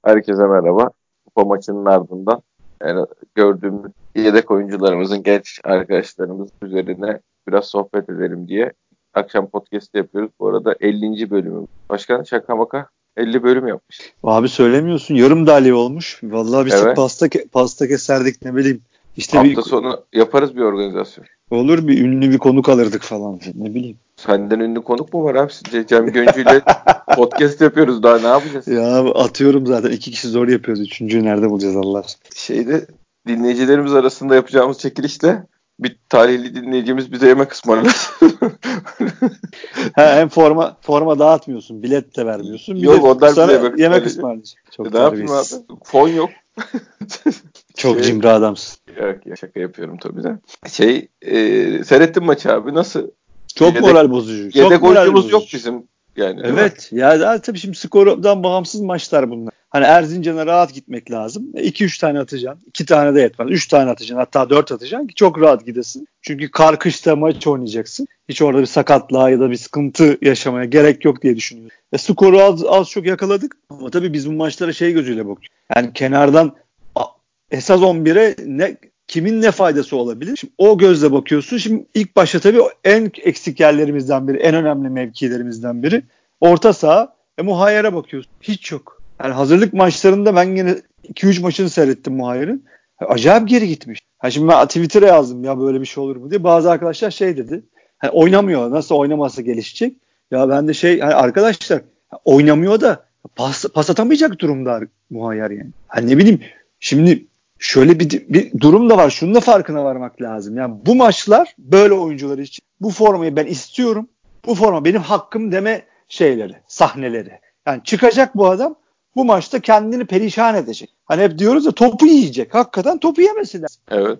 Herkese merhaba. Kupa maçının ardından yani gördüğümüz yedek oyuncularımızın, genç arkadaşlarımız üzerine biraz sohbet edelim diye akşam podcast yapıyoruz. Bu arada 50. bölümü. Başkan şaka maka 50 bölüm yapmış. Abi söylemiyorsun. Yarım dalya olmuş. Vallahi bir Evet. pasta keserdik ne bileyim. İşte Hafta sonu yaparız bir organizasyon. Olur bir ünlü bir konuk alırdık falan. Ne bileyim. Senden ünlü konuk mu var abi? Cem Göncü ile podcast yapıyoruz. Daha ne yapacağız? Ya atıyorum zaten. 2 kişi zor yapıyoruz. Üçüncüyü nerede bulacağız Allah aşkına? Dinleyicilerimiz arasında yapacağımız çekilişte bir talihli dinleyicimiz bize yemek ısmarlar. Hem forma dağıtmıyorsun. Bilet de vermiyorsun. Yok, onlar sana yemek ısmarlayacak. Çok ne yapayım abi? Fon yok. Çok cimri adamsın. Yok ya, şaka yapıyorum tabii de. Seyrettin maçı abi, nasıl? Çok moral bozucu. Yedek oyuncumuz yok bizim. Yani, evet. Ya tabii şimdi skordan bağımsız maçlar bunlar. Hani Erzincan'a rahat gitmek lazım. 2-3 tane atacaksın. 2 tane de yetmez. 3 tane atacaksın. Hatta 4 atacaksın ki çok rahat gidesin. Çünkü kar kışta maç oynayacaksın. Hiç orada bir sakatlığa ya da bir sıkıntı yaşamaya gerek yok diye düşünüyorum. Skoru az çok yakaladık. Ama tabii biz bu maçlara gözüyle bakıyoruz. Yani kenardan esas 11'e kimin ne faydası olabilir? Şimdi o gözle bakıyorsun. Şimdi ilk başta tabii en eksik yerlerimizden biri, en önemli mevkilerimizden biri orta saha. Muhayyer'e bakıyorsun. Hiç yok. Yani hazırlık maçlarında ben yine 2-3 maçını seyrettim Muhayyer'in. Acayip geri gitmiş. Şimdi ben Twitter'a yazdım ya böyle bir şey olur mu diye. Bazı arkadaşlar dedi. Oynamıyor. Nasıl oynaması gelişecek? Ya ben de arkadaşlar oynamıyor da pas atamayacak durumda Muhayyer yani. Ne bileyim şimdi şöyle bir durum da var. Şunun da farkına varmak lazım. Yani bu maçlar böyle oyuncular için. Bu formayı ben istiyorum. Bu forma benim hakkım deme sahneleri. Yani çıkacak bu adam. Bu maçta kendini perişan edecek. Hep diyoruz ya topu yiyecek. Hakikaten topu yemesi lazım. Evet.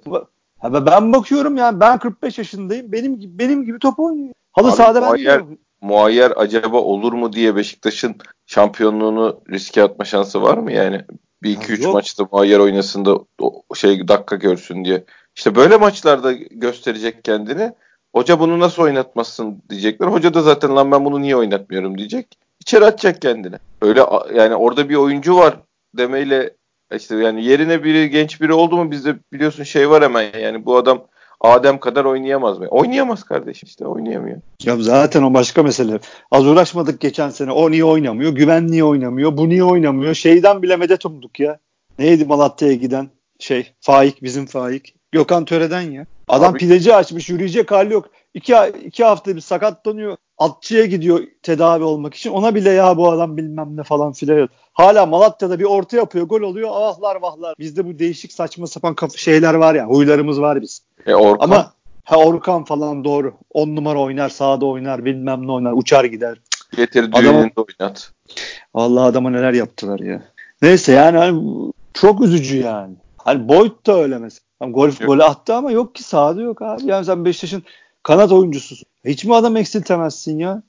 Ben bakıyorum yani ben 45 yaşındayım. Benim gibi top oynuyor. Halı sahada ben diyorum. Muayyer acaba olur mu diye Beşiktaş'ın şampiyonluğunu riske atma şansı var mı yani? Bir 2-3 maçta Muayyer oynasın da dakika görsün diye. İşte böyle maçlarda gösterecek kendini. Hoca bunu nasıl oynatmazsın diyecekler. Hoca da zaten lan ben bunu niye oynatmıyorum diyecek. İçeri atacak kendini. Öyle yani orada bir oyuncu var demeyle yani yerine genç biri oldu mu bizde biliyorsun var hemen yani bu adam Adem kadar oynayamaz mı? Oynayamaz kardeşim, işte oynayamıyor. Ya zaten o başka mesele. Az uğraşmadık geçen sene. O niye oynamıyor? Güven niye oynamıyor? Bu niye oynamıyor? Şeyden bile medet umduk ya. Neydi Malatya'ya giden Faik, bizim Faik. Gökhan Töre'den ya. Adam pideci açmış, yürüyecek hali yok. İki hafta bir sakatlanıyor. Atçıya gidiyor tedavi olmak için. Ona bile ya bu adam bilmem ne falan filan. Hala Malatya'da bir orta yapıyor, gol oluyor. Ahlar vahlar. Bizde bu değişik saçma sapan şeyler var ya. Huylarımız var biz. Orkan. Ama Orkan falan doğru. 10 numara oynar, sahada oynar, bilmem ne oynar, uçar gider. Getir düğününde oynat. Vallahi adama neler yaptılar ya. Neyse yani çok üzücü yani. Boyd da öyle mesela. Golü attı ama yok ki, sahada yok abi. Yani sen Beşiktaş'ın kanat oyuncususun. Hiç mi adam eksiltemezsin ya?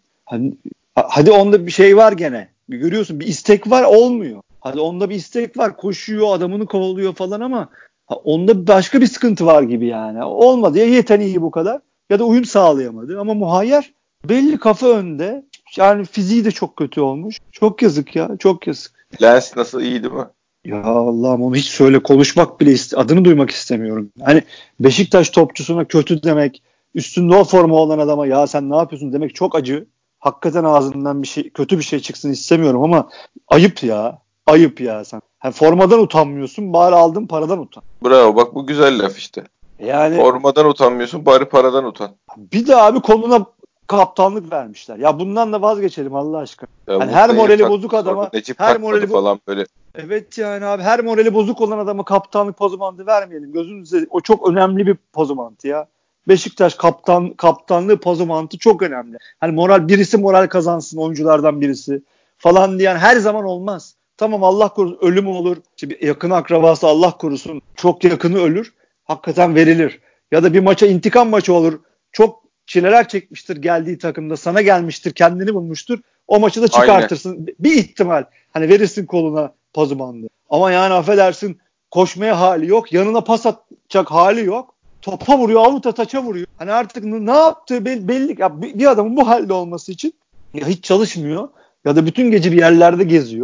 Hadi onda bir şey var gene. Görüyorsun bir istek var, olmuyor. Hadi onda bir istek var. Koşuyor, adamını kovalıyor falan ama onda başka bir sıkıntı var gibi yani. Olmadı ya, yeteneği bu kadar ya da uyum sağlayamadı. Ama Muhayyer belli, kafa önde. Yani fiziği de çok kötü olmuş. Çok yazık ya, çok yazık. Lens nasıl, iyi değil mi? Ya Allah'ım, onu hiç konuşmak bile adını duymak istemiyorum. Beşiktaş topçusuna kötü demek, üstünde o forma olan adama ya sen ne yapıyorsun demek çok acı. Hakikaten ağzından kötü bir şey çıksın istemiyorum ama ayıp ya. Ayıp ya sen. Formadan utanmıyorsun, bari aldığın paradan utan. Bravo, bak bu güzel laf işte. Yani formadan utanmıyorsun, bari paradan utan. Bir de abi koluna kaptanlık vermişler. Ya bundan da vazgeçelim Allah aşkına. Her morali bozuk adama, her morali falan böyle. Evet yani abi, her morali bozuk olan adama kaptanlık pozumantı vermeyelim. Gözünüzde, o çok önemli bir pozumantı ya. Beşiktaş kaptanlığı pozumantı çok önemli. Birisi moral kazansın, oyunculardan birisi falan diyen her zaman olmaz. Tamam, Allah korusun ölüm olur. Şimdi yakın akrabası Allah korusun çok yakını ölür. Hakikaten verilir. Ya da bir maça intikam maçı olur. Çok çileler çekmiştir geldiği takımda. Sana gelmiştir, kendini bulmuştur. O maçı da çıkartırsın. Aynen. Bir ihtimal. Verirsin koluna pazumanlı. Ama yani affedersin, koşmaya hali yok. Yanına pas atacak hali yok. Topa vuruyor, avuta taça vuruyor. Artık ne yaptığı belli. Ya bir adamın bu halde olması için ya hiç çalışmıyor ya da bütün gece bir yerlerde geziyor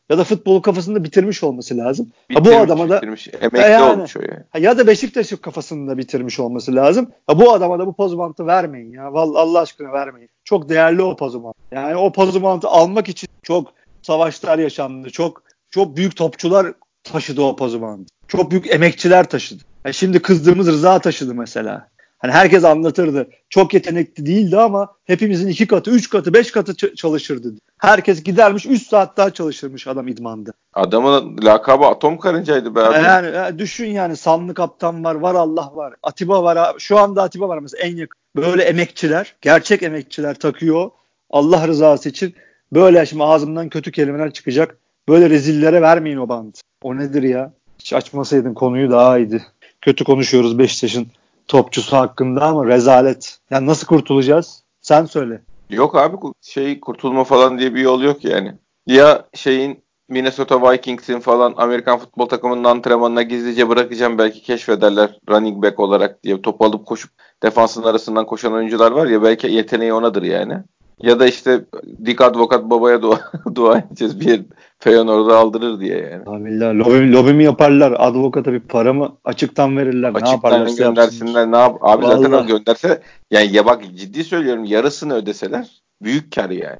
ya da futbolu kafasında bitirmiş olması lazım. Bitirmiş, bu adama da emekli olmuş o yani. Ya da Beşiktaş'ı kafasında bitirmiş olması lazım. Bu adama da bu pozumantı vermeyin ya. Vallahi Allah aşkına vermeyin. Çok değerli o pozumant. Yani o pozumantı almak için çok savaşlar yaşandı. Çok büyük topçular taşıdı o pozumantı. Çok büyük emekçiler taşıdı. Şimdi kızdığımız Rıza taşıdı mesela. Hani herkes anlatırdı. Çok yetenekli değildi ama hepimizin 2 katı, 3 katı, 5 katı çalışırdı. Herkes gidermiş 3 saat daha çalışırmış adam idmanda. Adamın lakabı Atom Karıncaydı be abi. Yani düşün yani Sanlı Kaptan var Allah var. Atiba var abi. Şu anda Atiba var mesela en yakın. Böyle emekçiler, gerçek emekçiler takıyor. Allah rızası için böyle şimdi ağzımdan kötü kelimeler çıkacak. Böyle rezillere vermeyin o bandı. O nedir ya? Hiç açmasaydın konuyu daha iyiydi. Kötü konuşuyoruz Beşiktaş'ın topçusu hakkında ama rezalet. Yani nasıl kurtulacağız? Sen söyle. Yok abi kurtulma falan diye bir yol yok yani. Ya Minnesota Vikings'in falan Amerikan futbol takımının antrenmanına gizlice bırakacağım belki keşfederler running back olarak diye topu alıp koşup defansın arasından koşan oyuncular var ya belki yeteneği onadır yani. Ya da işte Dik Advokat babaya dua edeceğiz bir Feyenoord'u aldırır diye yani. Billahi lobi mi yaparlar? Advokata bir para mı açıktan verirler? Ne yaparlarsa göndersinler. Yapsınlar. Abi Vallahi. zaten o gönderse yani ya bak ciddi söylüyorum yarısını ödeseler büyük kar yani.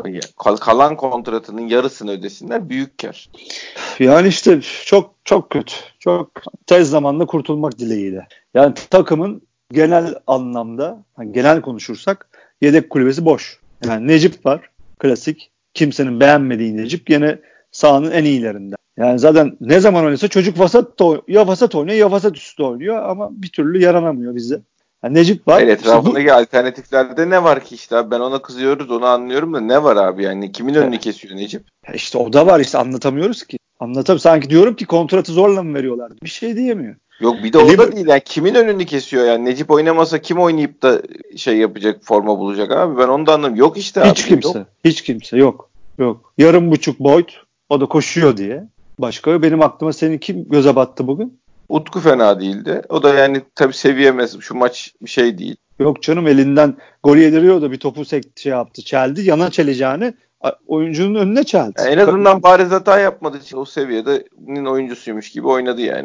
Kalan kontratının yarısını ödesinler büyük kar. Yani işte çok çok kötü. Çok tez zamanda kurtulmak dileğiyle. Yani takımın genel anlamda genel konuşursak yedek kulübesi boş. Yani Necip var. Klasik. Kimsenin beğenmediği Necip gene sahanın en iyilerinden. Yani zaten ne zaman oynasa çocuk ya vasat oynuyor ya vasat üstü oynuyor ama bir türlü yaranamıyor bize. Yani Necip var. Hayır, etrafındaki alternatiflerde ne var ki işte abi ben ona kızıyoruz onu anlıyorum da ne var abi yani kimin önünü kesiyor Necip? İşte o da var işte anlatamıyoruz ki. Sanki diyorum ki kontratı zorla mı veriyorlar? Bir şey diyemiyor. Yok bir de o da değil yani kimin önünü kesiyor yani Necip oynamasa kim oynayıp da yapacak forma bulacak abi ben onu da anlamıyorum. Yok işte abi. Hiç kimse yok. Yarım buçuk Boyd o da koşuyor diye. Başka benim aklıma senin kim göze battı bugün? Utku fena değildi. O da yani tabii seviyemez. Şu maç bir şey değil. Yok canım elinden gol yediriyor da bir topu yaptı. Çeldi. Yana çeleceğini oyuncunun önüne çeldi. Yani en azından bariz hata yapmadı. O seviyedenin oyuncusuymuş gibi oynadı yani.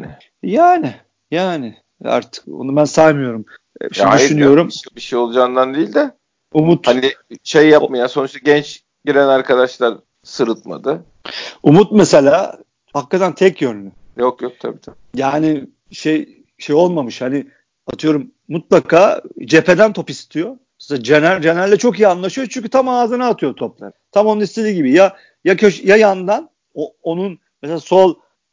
Yani artık onu ben saymıyorum. Şimdi hayır düşünüyorum. Bir şey olacağından değil de Umut. Hani yapmıyor. Sonuçta genç giren arkadaşlar sırıtmadı. Umut mesela hakikaten tek yönlü. Yok tabii. Yani şey olmamış hani atıyorum mutlaka cepheden top istiyor. Mesela Caner'le çok iyi anlaşıyor çünkü tam ağzına atıyor topları. Tam onun istediği gibi ya yandan onun mesela sol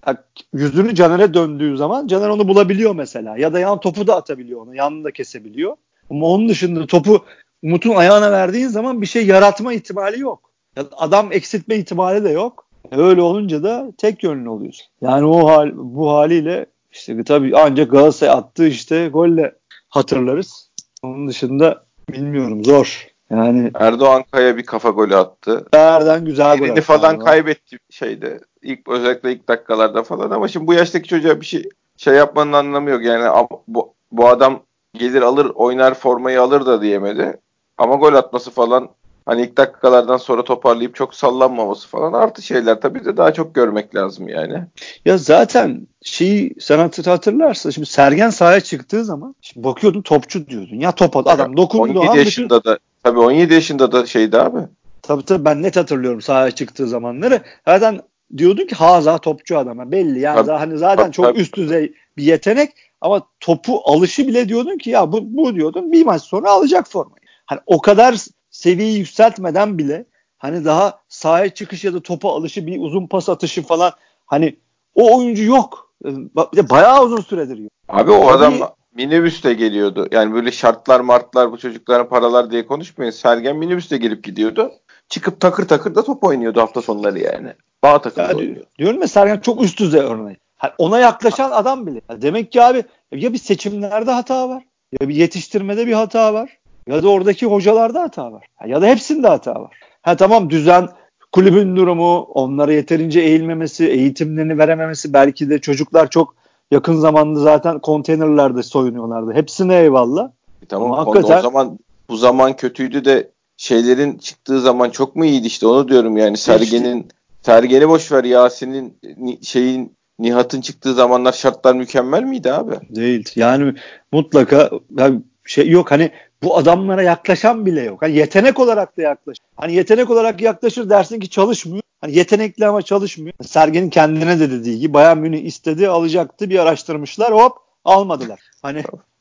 yüzünü Caner'e döndüğü zaman Caner onu bulabiliyor mesela ya da yan topu da atabiliyor ona yanını da kesebiliyor. Ama onun dışında topu Umut'un ayağına verdiğin zaman bir şey yaratma ihtimali yok. Ya adam eksiltme ihtimali de yok. Öyle olunca da tek yönlü oluyorsun. Yani bu haliyle işte tabii ancak Galatasaray attığı işte golle hatırlarız. Onun dışında bilmiyorum zor. Yani Erdoğan Kaya bir kafa golü attı. nereden güzel gol attı. Falan kaybetti özellikle ilk dakikalarda falan ama şimdi bu yaştaki çocuğa bir şey yapmanın anlamı yok. Yani bu adam gelir alır oynar formayı alır da diyemedi. Ama gol atması falan hani ilk dakikalardan sonra toparlayıp çok sallanmaması falan artı şeyler tabii de daha çok görmek lazım yani. Ya zaten sen hatırlarsın şimdi Sergen sahaya çıktığı zaman şimdi bakıyordun topçu diyordun. Ya top adam dokundu. 17 yaşında da tabii 17 yaşında da şeydi abi. Tabii ben net hatırlıyorum sahaya çıktığı zamanları. Zaten diyordun ki haza topçu adam. Belli yani hani zaten çok üst düzey bir yetenek ama topu alışı bile diyordun ki ya bu diyordun bir maç sonra alacak formayı. Hani o kadar seviyeyi yükseltmeden bile hani daha sahaya çıkış ya da topa alışı bir uzun pas atışı falan hani o oyuncu yok. Bayağı uzun süredir yok. Abi o adam minibüste geliyordu. Yani böyle şartlar bu çocuklara paralar diye konuşmayın. Sergen minibüste gelip gidiyordu. Çıkıp takır takır da top oynuyordu hafta sonları yani. Bağ takımda oynuyor. Diyorum ya Sergen çok üst düzey örneği. Ona yaklaşan adam bile. Demek ki abi ya bir seçimlerde hata var. Ya bir yetiştirmede bir hata var. Ya da oradaki hocalarda hata var. Ya da hepsinde hata var. Tamam düzen, kulübün durumu, onlara yeterince eğilmemesi, eğitimlerini verememesi belki de çocuklar çok yakın zamanda zaten konteynerlerde soyunuyorlardı. Hepsine eyvallah. Tamam hakikaten... o zaman bu zaman kötüydü de şeylerin çıktığı zaman çok mu iyiydi işte onu diyorum yani Sergen'i boş ver, Yasin'in Nihat'ın çıktığı zamanlar şartlar mükemmel miydi abi? Değil. Yani mutlaka yani şey yok, hani bu adamlara yaklaşan bile yok. Hani yetenek olarak da yaklaş. Hani yetenek olarak yaklaşır dersin ki çalışmıyor. Hani yetenekli ama çalışmıyor. Sergen'in kendine de dediği gibi Bayern Münih istedi, alacaktı, bir araştırmışlar, hop almadılar. Hani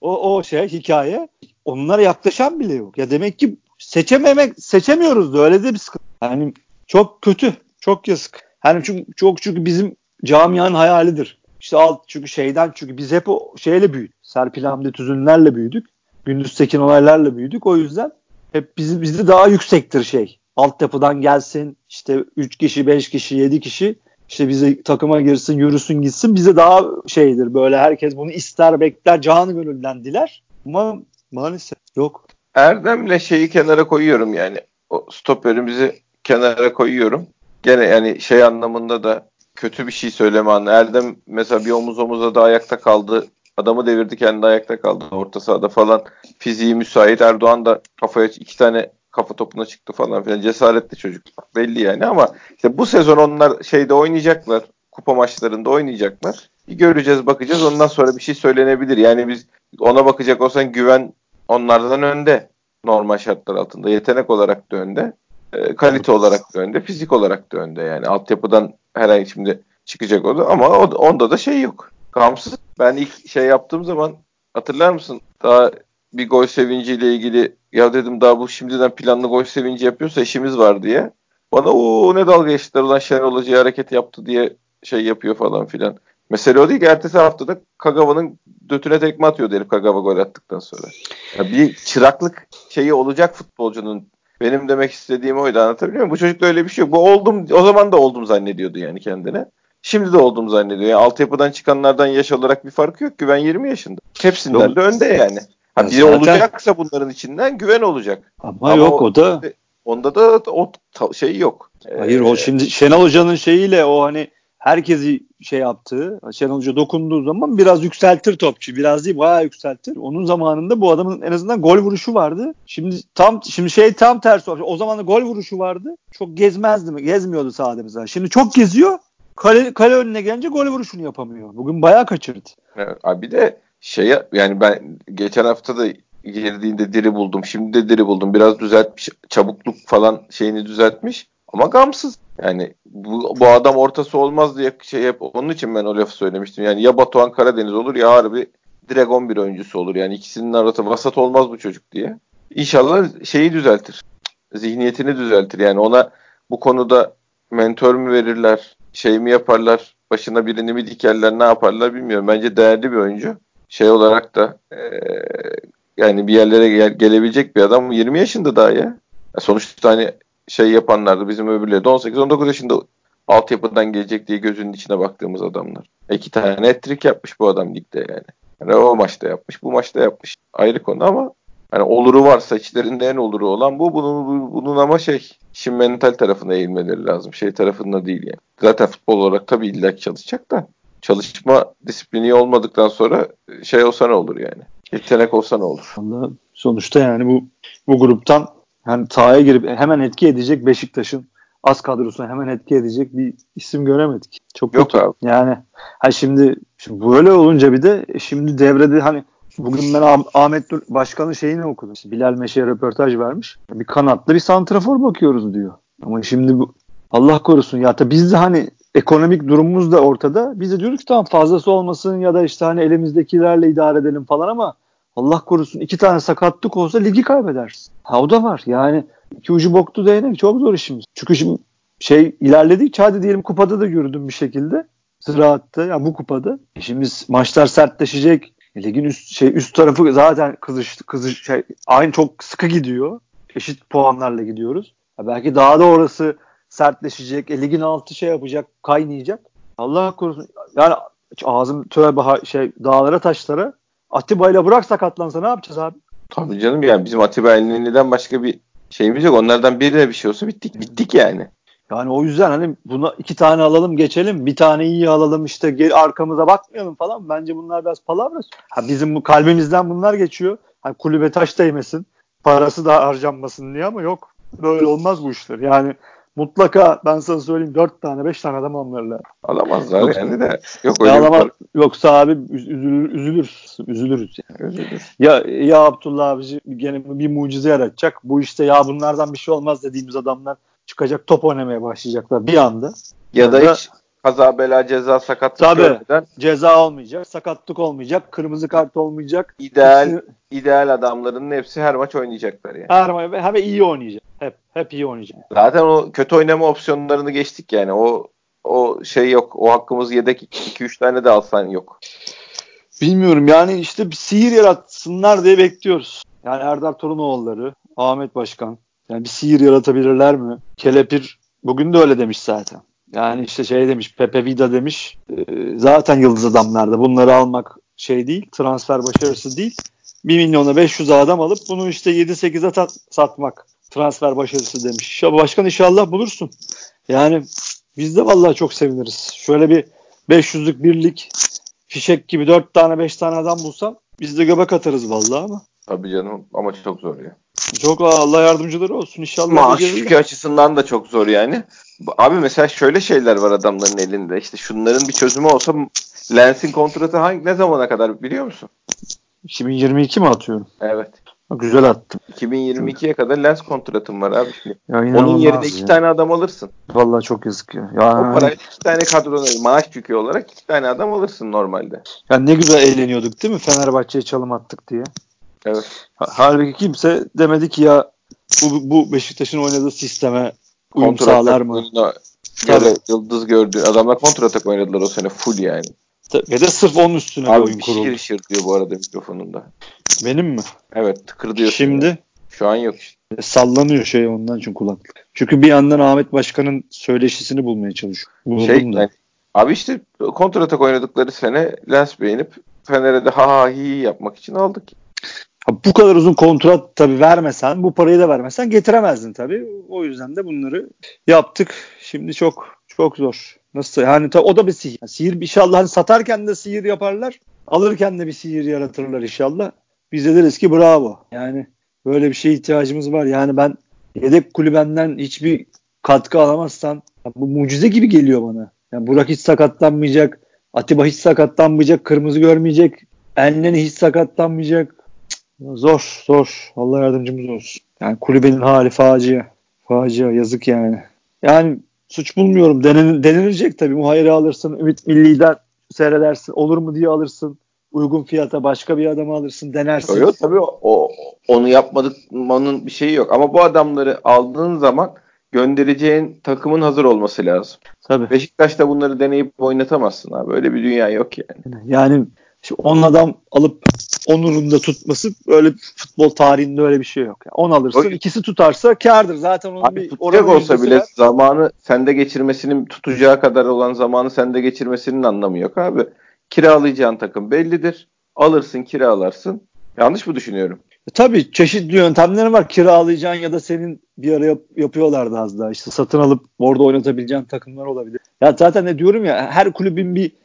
o şey hikaye, onlara yaklaşan bile yok. Ya demek ki seçemiyoruz da, öyle de bir sıkıntı. Yani çok kötü. Çok yazık. Hani çünkü bizim camianın hayalidir. İşte çünkü biz hep o şeyle büyüdük. Serpil Hamdi Tüzünlerle büyüdük. Gündüz Tekin olaylarla büyüdük. O yüzden hep bizde daha yüksektir şey. Altyapıdan gelsin, işte 3 kişi, 5 kişi, 7 kişi işte bize takıma girsin, yürüsün, gitsin. Bize daha şeydir, böyle herkes bunu ister, bekler, canı gönülden diler. Ama maalesef yok. Erdem'le şeyi kenara koyuyorum yani. O stoperimizi kenara koyuyorum. Gene yani şey anlamında da kötü bir şey söyleme anlamında. Erdem mesela bir omuz omuza da ayakta kaldı. Adamı devirdi, kendi ayakta kaldı orta sahada falan. Fiziği müsait. Erdoğan da kafaya 2 tane kafa topuna çıktı falan filan. Cesaretli çocuk. Belli yani, ama işte bu sezon onlar şeyde oynayacaklar. Kupa maçlarında oynayacaklar. Bir göreceğiz, bakacağız. Ondan sonra bir şey söylenebilir. Yani biz ona bakacak olsan Güven onlardan önde. Normal şartlar altında. Yetenek olarak da önde. Kalite olarak da önde. Fizik olarak da önde. Yani altyapıdan herhangi şimdi çıkacak o da, ama onda da şey yok. Gamsız. Ben ilk şey yaptığım zaman hatırlar mısın? Daha bir gol sevinciyle ilgili, ya dedim daha bu şimdiden planlı gol sevinci yapıyorsa işimiz var diye. Bana o ne dalga geçtiler ulan, Şenol Hoca'ya hareket yaptı diye şey yapıyor falan filan. Mesele o değil ki, ertesi haftada Kagawa'nın götüne tekme atıyordu herif, Kagawa gol attıktan sonra. Ya bir çıraklık şeyi olacak futbolcunun. Benim demek istediğim oydu, anlatabiliyor muyum? Bu çocukta öyle bir şey yok. Bu oldum, o zaman da oldum zannediyordu yani kendine. Şimdi de oldum zannediyor. Yani altyapıdan çıkanlardan yaş olarak bir farkı yok. Güven 20 yaşında. Hepsinden Yok. de önde yani. Ha, biri Zaten olacaksa bunların içinden Güven olacak. ama Ama yok o da. onda da o şey yok. Hayır, o şimdi Şenol Hoca'nın şeyiyle, o hani herkesi şey yaptığı, Şenol Hoca dokunduğu zaman biraz yükseltir topçu. Biraz değil, bayağı yükseltir. Onun zamanında bu adamın en azından gol vuruşu vardı. Şimdi şey tam tersi olmuş. O zaman da gol vuruşu vardı. Çok gezmezdi mi? Gezmiyordu sahada mesela. Şimdi çok geziyor. Kale önüne gelince gol vuruşunu yapamıyor. Bugün bayağı kaçırdı. Evet, abi bir de yani ben geçen hafta da girdiğinde diri buldum. Şimdi de diri buldum. Biraz düzeltmiş. Çabukluk falan şeyini düzeltmiş. Ama gamsız. Yani bu adam ortası olmaz diye onun için ben o lafı söylemiştim. Yani ya Batuhan Karadeniz olur, ya harbi direkt 11 oyuncusu olur. Yani ikisinin arası vasat olmaz bu çocuk diye. İnşallah şeyi düzeltir. Zihniyetini düzeltir. Yani ona bu konuda mentor mu verirler? Şey mi yaparlar? Başına birini mi dikerler? Ne yaparlar bilmiyorum. Bence değerli bir oyuncu. Şey olarak da yani bir yerlere gelebilecek bir adam. 20 yaşında daha ya. Sonuçta hani şey yapanlardı bizim öbürleri de 18-19 yaşında, altyapıdan gelecek diye gözünün içine baktığımız adamlar. 2 tane hat-trick yapmış bu adam ligde yani. Yani o maçta yapmış, bu maçta yapmış. Ayrı konu ama hani oluru varsa, içlerinde en oluru olan bu. Bunun ama işin mental tarafına eğilmeleri lazım. Şey tarafında değil yani. Zaten futbol olarak tabii illaki çalışacak da, çalışma disiplini olmadıktan sonra şey olsa ne olur yani. Yetenek olsa ne olur. Vallahi sonuçta yani bu gruptan hani sahaya girip hemen etki edecek, Beşiktaş'ın az kadrosuna hemen etki edecek bir isim göremedik. Çok Yok kötü. abi. Yani şimdi böyle olunca bir de şimdi devrede hani bugün ben Ahmet Başkan'ın şeyini okudum. İşte Bilal Meşe'ye röportaj vermiş. Bir kanatlı bir santrafor bakıyoruz diyor. Ama şimdi bu, Allah korusun ya, tabii biz de hani ekonomik durumumuz da ortada. Biz de diyoruz ki tamam, fazlası olmasın ya da işte hani elimizdekilerle idare edelim falan, ama Allah korusun 2 tane sakatlık olsa ligi kaybedersin. Ha, o da var. Yani iki ucu boktu değnek, çok zor işimiz. Çünkü şimdi ilerledikçe, hadi diyelim kupada da yürüdüm bir şekilde. Ziraatta, yani bu kupada. Şimdi maçlar sertleşecek. Ligin üst tarafı zaten aynı çok sıkı gidiyor. Eşit puanlarla gidiyoruz. Belki daha da orası sertleşecek. Ligin altı yapacak, kaynayacak. Allah korusun. Yani ağzım dağlara taşlara. Atiba'yla bırak sakatlansa ne yapacağız abi? Tabii canım, yani bizim Atiba Elneni'den başka bir şeyimiz yok. Onlardan birine bir şey olsa bittik yani. Yani o yüzden hani buna 2 tane alalım geçelim. Bir tane iyi alalım, işte geri arkamıza bakmayalım falan. Bence bunlar biraz palavra. Bizim bu kalbimizden bunlar geçiyor. Hani kulübe taş değmesin, parası da harcanmasın diye, ama yok. Böyle olmaz bu işler. Yani mutlaka ben sana söyleyeyim 4 tane 5 tane adam alırlar. Alamazlar Yoksa, yani de. Yok öyle alamaz, yoksa abi üzülürüz yani. Üzülür. Ya Abdullah abici gene bir mucize yaratacak. Bu işte ya bunlardan bir şey olmaz dediğimiz adamlar çıkacak, top oynamaya başlayacaklar bir anda. Ya da hiç kaza bela ceza sakatlık görmeden ceza olmayacak, sakatlık olmayacak, kırmızı kart olmayacak. İdeal adamların hepsi her maç oynayacaklar yani. Her maç hem iyi oynayacak. Hep iyi oynayacak. Zaten o kötü oynama opsiyonlarını geçtik yani. O şey yok. O hakkımız yedek 2-3 tane de alsan yok. Bilmiyorum yani işte bir sihir yaratsınlar diye bekliyoruz. Yani Erdal Torunoğulları, Ahmet Başkan. Yani bir sihir yaratabilirler mi? Kelepir bugün de öyle demiş zaten. Yani işte şey demiş, Pepe Vida demiş. Zaten yıldız adamlarda. Bunları almak şey değil, transfer başarısı değil. 1 milyona 500 adam alıp bunu işte 7-8'e satmak transfer başarısı demiş. Başkan inşallah bulursun. Yani biz de vallahi çok seviniriz. Şöyle bir 500'lük birlik fişek gibi 4 tane 5 tane adam bulsam biz de göbek atarız vallahi ama. Tabii canım ama çok zor ya. Çok Allah yardımcıları olsun inşallah. Maaş yükü açısından da çok zor yani. Abi mesela şöyle şeyler var adamların elinde. İşte şunların bir çözümü olsa Lens'in kontratı ne zamana kadar biliyor musun? 2022 mi atıyorum? Evet. Güzel attım. 2022'ye kadar Lens kontratım var abi şimdi. Ya onun yerine 2 tane adam alırsın. Vallahi çok yazık ya. O parayla 2 tane kadrona maaş yükü olarak 2 tane adam alırsın normalde. Ya ne güzel eğleniyorduk değil mi? Fenerbahçe'ye çalım attık diye. Evet. Halbuki kimse demedi ki ya bu Beşiktaş'ın oynadığı sisteme uyum sağlar mı? Göre yıldız gördü. Adamlar kontratak oynadılar o sene full yani. Ve de sırf onun üstüne abi bir oyun kuruldu. Abi şir diyor bu arada mikrofonunda. Benim mi? Evet tıkır diyorsun. Şimdi? Ya. Şu an yok işte. Sallanıyor ondan için kulaklık. Çünkü bir yandan Ahmet Başkan'ın söyleşisini bulmaya çalışıyor. Yani, abi işte kontratak oynadıkları sene Lens beğenip Fener'e de ha hi yapmak için aldık. Bu kadar uzun kontrat tabii vermesen, bu parayı da vermesen getiremezdin tabii. O yüzden de bunları yaptık. Şimdi çok çok zor. Nasıl? Yani o da bir sihir. Sihir inşallah hani satarken de sihir yaparlar. Alırken de bir sihir yaratırlar inşallah. Biz de deriz ki bravo. Yani böyle bir şeye ihtiyacımız var. Yani ben yedek kulübenden hiçbir katkı alamazsan bu mucize gibi geliyor bana. Yani Burak hiç sakatlanmayacak. Atiba hiç sakatlanmayacak. Kırmızı görmeyecek. Elneni hiç sakatlanmayacak. Zor. Allah yardımcımız olsun. Yani kulübenin hali facia. Facia yazık yani. Yani suç bulmuyorum. Denilecek tabii. Muhayir'i alırsın. Ümit Milli'den seyredersin. Olur mu diye alırsın. Uygun fiyata başka bir adamı alırsın. Denersin. Yok tabii onu yapmanın bir şeyi yok. Ama bu adamları aldığın zaman göndereceğin takımın hazır olması lazım. Tabii. Beşiktaş'ta bunları deneyip oynatamazsın abi. Öyle bir dünya yok yani. Yani 10 adam alıp onurunda tutması öyle futbol tarihinde öyle bir şey yok. 10 alırsın, ikisi tutarsa kârdır. Zaten onun abi, bir tutacak olsa bile var. zamanı sende geçirmesinin tutacağı kadar olan zamanı sende geçirmesinin anlamı yok abi. Kiralayacağın takım bellidir. Alırsın, kiralarsın. Yanlış mı düşünüyorum? Tabii çeşitli yöntemler var. Kiralayacağın ya da senin bir ara yapıyorlardı az daha. İşte satın alıp orada oynatabileceğin takımlar olabilir. Ya zaten ne diyorum ya her kulübün bir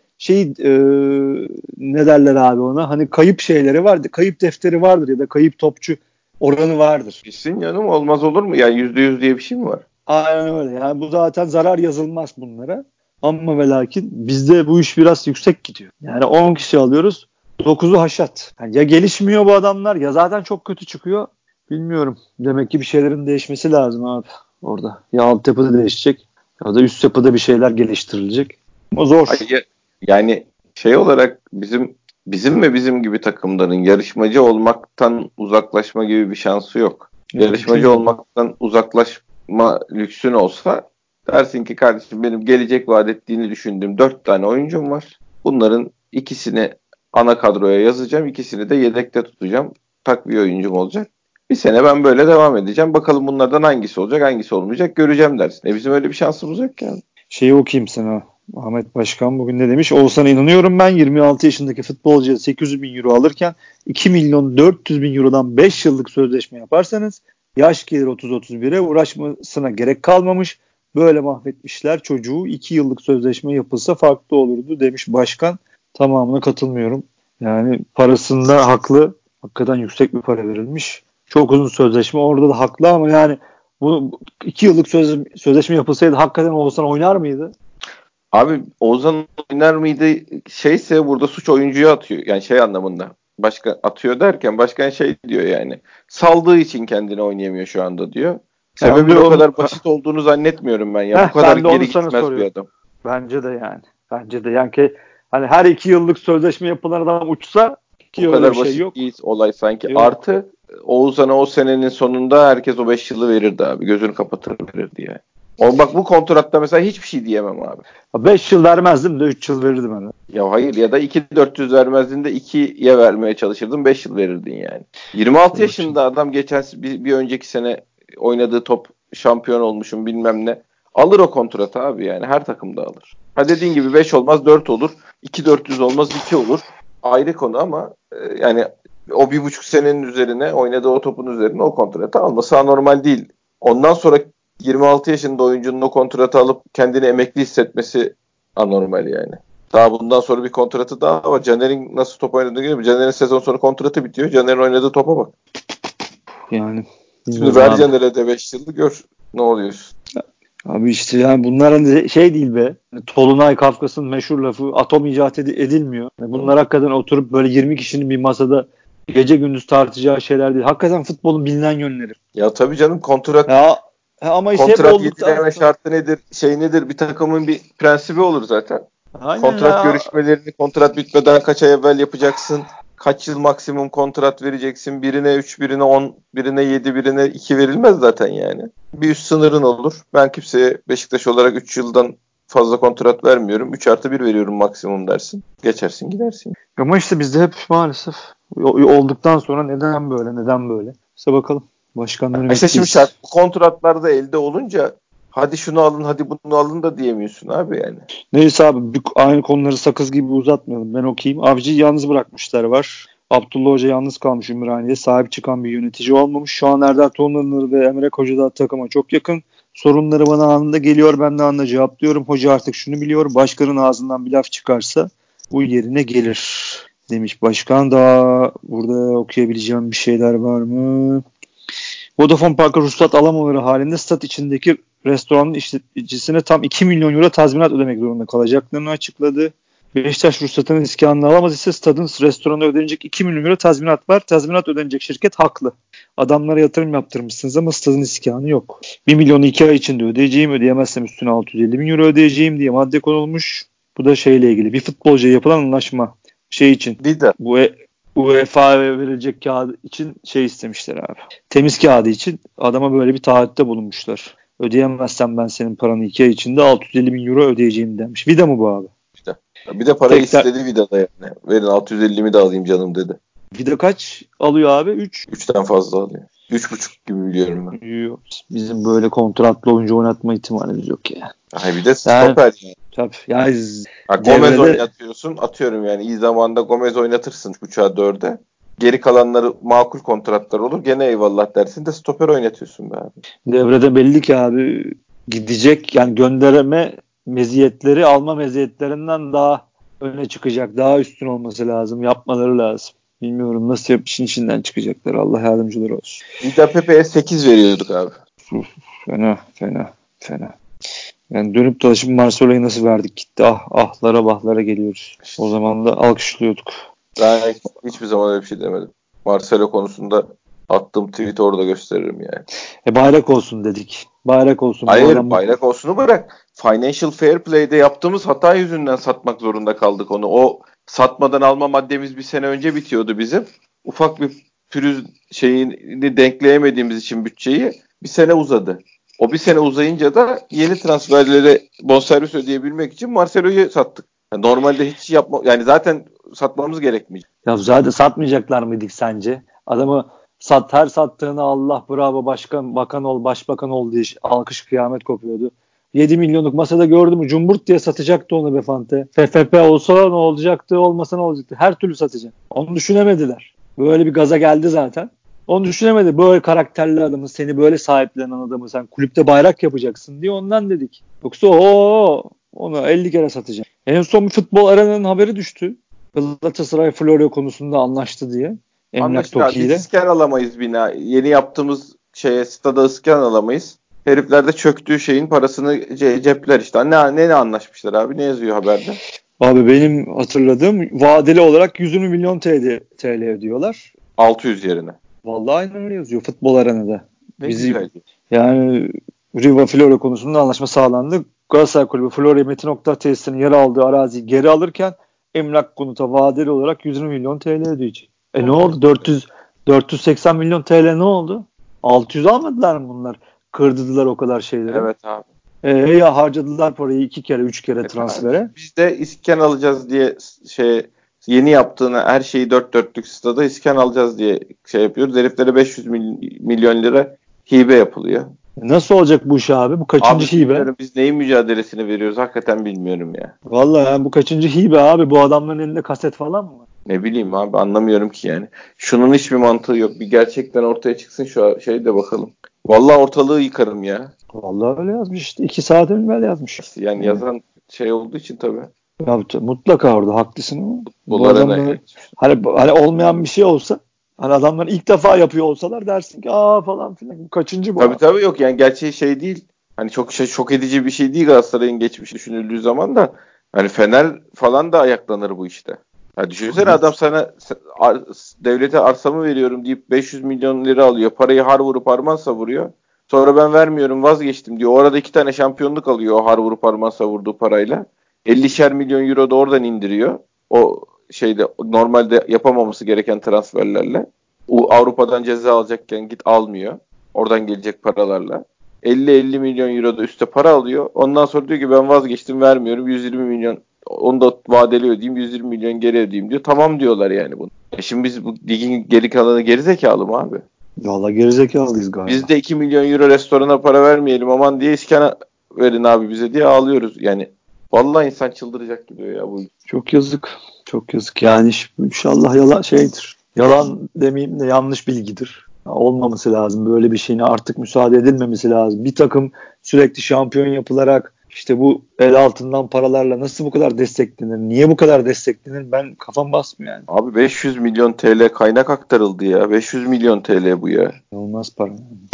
ne derler abi ona? Hani kayıp şeyleri vardır. Kayıp defteri vardır ya da kayıp topçu oranı vardır. Gitsin canım olmaz olur mu? Yani %100 diye bir şey mi var? Aynen öyle. Yani bu zaten zarar yazılmaz bunlara. Ama ve lakin bizde bu iş biraz yüksek gidiyor. Yani 10 kişi alıyoruz. 9'u haşat. Yani ya gelişmiyor bu adamlar ya zaten çok kötü çıkıyor. Bilmiyorum. Demek ki bir şeylerin değişmesi lazım abi orada. Ya altyapıda değişecek ya da üst yapıda bir şeyler geliştirilecek. Ama zor. Hayır, yani şey olarak bizim ve bizim gibi takımların yarışmacı olmaktan uzaklaşma gibi bir şansı yok. Yarışmacı olmaktan uzaklaşma lüksün olsa dersin ki kardeşim benim gelecek vaat ettiğini düşündüğüm 4 tane oyuncum var. Bunların ikisini ana kadroya yazacağım. İkisini de yedekte tutacağım. Takviye oyuncum olacak. Bir sene ben böyle devam edeceğim. Bakalım bunlardan hangisi olacak hangisi olmayacak göreceğim dersin. Bizim öyle bir şansımız yok yani. Şeyi okuyayım sana. Ahmet Başkan bugün ne demiş? Oğuzhan'a inanıyorum ben 26 yaşındaki futbolcuya 800 bin euro alırken 2 milyon 400 bin eurodan 5 yıllık sözleşme yaparsanız yaş gelir 30-31'e uğraşmasına gerek kalmamış. Böyle mahvetmişler çocuğu 2 yıllık sözleşme yapılsa farklı olurdu demiş başkan. Tamamına katılmıyorum. Yani parasında haklı. Hakikaten yüksek bir para verilmiş. Çok uzun sözleşme orada da haklı ama yani Bu 2 yıllık sözleşme yapılsaydı hakikaten Oğuzhan oynar mıydı? Abi Oğuzhan oynar mıydı şeyse burada suç oyuncuya atıyor. Yani şey anlamında. Başka atıyor derken başkan şey diyor yani. Saldığı için kendini oynayamıyor şu anda diyor. Sebebin o kadar basit olduğunu zannetmiyorum ben ya. Bu kadar Ben de onu geri sana gitmez bir soruyorum. adam. Bence de yani. Bence de yani ki hani her 2 yıllık sözleşme yapılan adam uçsa ki O öyle bir kadar şey basit yok. değil olay sanki. Yok. Artı Oğuzhan'a o senenin sonunda herkes o 5 yılı verirdi abi. Gözünü kapatır verirdi yani. Bak bu kontratta mesela hiçbir şey diyemem abi. 5 yıl vermezdim de 3 yıl verirdim hani. Ya hayır ya da 2.400 vermezdin de 2'ye vermeye çalışırdın 5 yıl verirdin yani. 26 yaşında adam geçen bir önceki sene oynadığı top şampiyon olmuşum bilmem ne. Alır o kontratı abi yani her takımda alır. Ha dediğin gibi 5 olmaz 4 olur. 2.400 olmaz 2 olur. Ayrı konu ama yani o 1,5 senenin üzerine oynadığı o topun üzerine o kontratı alması anormal değil. Ondan sonra 26 yaşında oyuncunun o kontratı alıp kendini emekli hissetmesi anormal yani. Daha bundan sonra bir kontratı daha var. Caner'in nasıl top oynadığı gibi. Caner'in sezon sonu kontratı bitiyor. Caner'in oynadığı topa bak. Yani Şimdi ver Caner'e de 5 yılı gör ne oluyor. Abi işte yani bunlar hani şey değil be. Tolunay Kafkas'ın meşhur lafı atom icat edilmiyor. Yani bunlar hakikaten oturup böyle 20 kişinin bir masada gece gündüz tartışacağı şeyler değil. Hakikaten futbolun bilinen yönleri. Ya tabii canım kontrat Ama işte hep kontrat olduktan yenileme sonra. şartı nedir? Şey nedir? Bir takımın bir prensibi olur zaten. Aynen Kontrat ya. görüşmelerini kontrat bitmeden kaç ay evvel yapacaksın? Kaç yıl maksimum kontrat vereceksin? Birine 3, birine 10, birine 7, birine 2 verilmez zaten yani. Bir üst sınırın olur. Ben kimseye Beşiktaş olarak 3 yıldan fazla kontrat vermiyorum. 3+1 veriyorum maksimum dersin. Geçersin gidersin. Ama işte bizde hep maalesef olduktan sonra neden böyle. İşte bakalım. Başkandan İşte şimdi ümitliyiz. kontratlar da elde olunca hadi şunu alın hadi bunu alın da diyemiyorsun abi yani. Neyse abi aynı konuları sakız gibi uzatmayalım. Ben okuyayım. Avcı'yı yalnız bırakmışlar var. Abdullah Hoca yalnız kalmış Ümraniye'de. Sahip çıkan bir yönetici olmamış. Şu an Erdal Toğlanır ve Emre Koca da takıma çok yakın. Sorunları bana anında geliyor. Ben de anında cevaplıyorum. Hoca artık şunu biliyor. Başkanın ağzından bir laf çıkarsa bu yerine gelir demiş başkan. Daha burada okuyabileceğim bir şeyler var mı? Vodafone Park'a ruhsat alamamaları halinde stat içindeki restoranın işleticisine tam 2 milyon euro tazminat ödemek zorunda kalacaklarını açıkladı. Beşiktaş ruhsatının iskanını alamaz ise stadın restoranına ödenecek 2 milyon euro tazminat var. Tazminat ödenecek şirket haklı. Adamlara yatırım yaptırmışsınız ama stadın iskanı yok. 1 milyonu 2 ay içinde ödeyeceğim, ödeyemezsem üstüne 650 bin euro ödeyeceğim diye madde konulmuş. Bu da şeyle ilgili bir futbolcuya yapılan anlaşma şey için. Bir de Bu UEFA'ya verilecek kağıt için şey istemişler abi. Temiz kağıdı için adama böyle bir taahhütte bulunmuşlar. Ödeyemezsen ben senin paranı 2 ay içinde 650 bin euro ödeyeceğim demiş. Vida mı bu abi? bir de parayı istedi Vida'da yani. Verin 650'mi de alayım canım dedi. Vida kaç alıyor abi? 3. 3'ten fazla alıyor. 3,5 gibi biliyorum ben. Yok. Bizim böyle kontratlı oyuncu oynatma ihtimalimiz yok ya. Ay bir de Yani stoper yani. tabii. Yani Gomez devrede oynatıyorsun. Atıyorum yani iyi zamanda Gomez oynatırsın 3'a 4'e. Geri kalanları makul kontratlar olur. Gene eyvallah dersin de stoper oynatıyorsun be abi. devrede belli ki abi gidecek yani gönderme meziyetleri alma meziyetlerinden daha öne çıkacak. Daha üstün olması lazım. Yapmaları lazım. Bilmiyorum nasıl işin içinden çıkacaklar. Allah yardımcıları olsun. Vida Pepe'ye 8 veriyorduk abi. Fena. Yani dönüp dolaşıp Marcelo'yu nasıl verdik gitti. Ahlara bahlara geliyoruz. O zaman da alkışlıyorduk. Ben hiçbir zaman öyle bir şey demedim. Marcelo konusunda attığım tweet'i orada gösteririm yani. Bayrak olsun dedik. Bayrak olsun. Hayır bayrak olsunu bırak. Financial Fair Play'de yaptığımız hata yüzünden satmak zorunda kaldık onu. O satmadan alma maddemiz bir sene önce bitiyordu bizim. Ufak bir pürüz şeyini denkleyemediğimiz için bütçeyi bir sene uzadı. O bir sene uzayınca da yeni transferlere bonservis ödeyebilmek için Marcelo'yu sattık. Yani normalde hiç yani zaten satmamız gerekmeyecek. Ya zaten satmayacaklar mıydık sence? Adamı her sattığını Allah bravo bakan ol başbakan ol diye alkış kıyamet kopuyordu. 7 milyonluk masada gördü mü cumburt diye satacaktı onu be Fante. FFP olsa ne olacaktı olmasa ne olacaktı. Her türlü satacak. Onu düşünemediler. Böyle bir gaza geldi zaten. Onu düşünemedi. Böyle karakterli adamı seni böyle sahiplenen adamı sen kulüpte bayrak yapacaksın diye ondan dedik. Yoksa onu 50 kere satacak. En son bir futbol arenanın haberi düştü. Galatasaray Florya konusunda anlaştı diye. Emlak Anlaşılan Toki biz ile. isker alamayız bina. Yeni yaptığımız stada iskan alamayız. Herifler de çöktüğü şeyin parasını cepler işte. Ne anlaşmışlar abi? Ne yazıyor haberde? Abi benim hatırladığım vadeli olarak 120 milyon TL ödüyorlar. 600 yerine. Vallahi aynen öyle yazıyor futbol arenada. Ne güzel. Yani Riva Flora konusunda anlaşma sağlandı. Galatasaray Kulübü Florya Metin Oktay tesisinin yer aldığı araziyi geri alırken emlak konuta vadeli olarak 120 milyon TL ödeyecek. Ne oldu? 480 milyon TL ne oldu? 600 almadılar mı bunlar? Kırdırdılar o kadar şeyleri. Evet abi. Ya harcadılar parayı 2 kere 3 kere transfere. Biz de iskan alacağız diye yeni yaptığını her şeyi dört dörtlük stada iskan alacağız diye yapıyoruz. Heriflere 500 milyon lira hibe yapılıyor. Nasıl olacak bu iş abi? Bu kaçıncı abi, hibe? Bilmiyorum. Biz neyin mücadelesini veriyoruz? Hakikaten bilmiyorum ya. Vallahi yani bu kaçıncı hibe abi? Bu adamların elinde kaset falan mı var? Ne bileyim abi, anlamıyorum ki yani. Şunun hiçbir mantığı yok. Bir gerçekten ortaya çıksın şu de bakalım. Vallahi ortalığı yıkarım ya. Vallahi öyle yazmış işte. 2 saat evvel yazmış. Yani yazan olduğu için tabii. Ya, mutlaka orada haklısın ama. Bu Adamlar adamlar hani olmayan bir şey olsa, hani adamlar ilk defa yapıyor olsalar dersin ki falan filan. Bu kaçıncı bu? Tabii yok yani, gerçeği değil. Hani çok şok edici bir şey değil Galatasaray'ın geçmişi düşünüldüğü zaman da, hani Fener falan da ayaklanır bu işte. Ya düşünsene, adam sana devlete arsamı veriyorum deyip 500 milyon lira alıyor. Parayı har vurup harman savuruyor. Sonra ben vermiyorum, vazgeçtim diyor. Orada 2 tane şampiyonluk alıyor o har vurup harman savurduğu parayla. 50'şer milyon euro da oradan indiriyor. O normalde yapamaması gereken transferlerle. Avrupa'dan ceza alacakken git almıyor. Oradan gelecek paralarla. 50 milyon euro da üstte para alıyor. Ondan sonra diyor ki ben vazgeçtim, vermiyorum. 120 milyon onu da vadeli ödeyeyim, 120 milyon geri ödeyeyim diyor. Tamam diyorlar yani bunu. Şimdi biz bu ligin geri kalanı gerizekalı mı abi? Vallahi gerizekalıyız galiba. Biz de 2 milyon euro restorana para vermeyelim aman diye iskana verin abi bize diye ağlıyoruz. Yani vallahi insan çıldıracak gibi ya bu. Çok yazık. Çok yazık. Yani inşallah yalan şeydir. Yalan demeyeyim de yanlış bilgidir. Olmaması lazım. Böyle bir şeyine artık müsaade edilmemesi lazım. Bir takım sürekli şampiyon yapılarak işte bu el altından paralarla nasıl bu kadar desteklenir? Niye bu kadar desteklenir? Ben kafam basmıyor yani. Abi 500 milyon TL kaynak aktarıldı ya. 500 milyon TL bu ya. Olmaz para.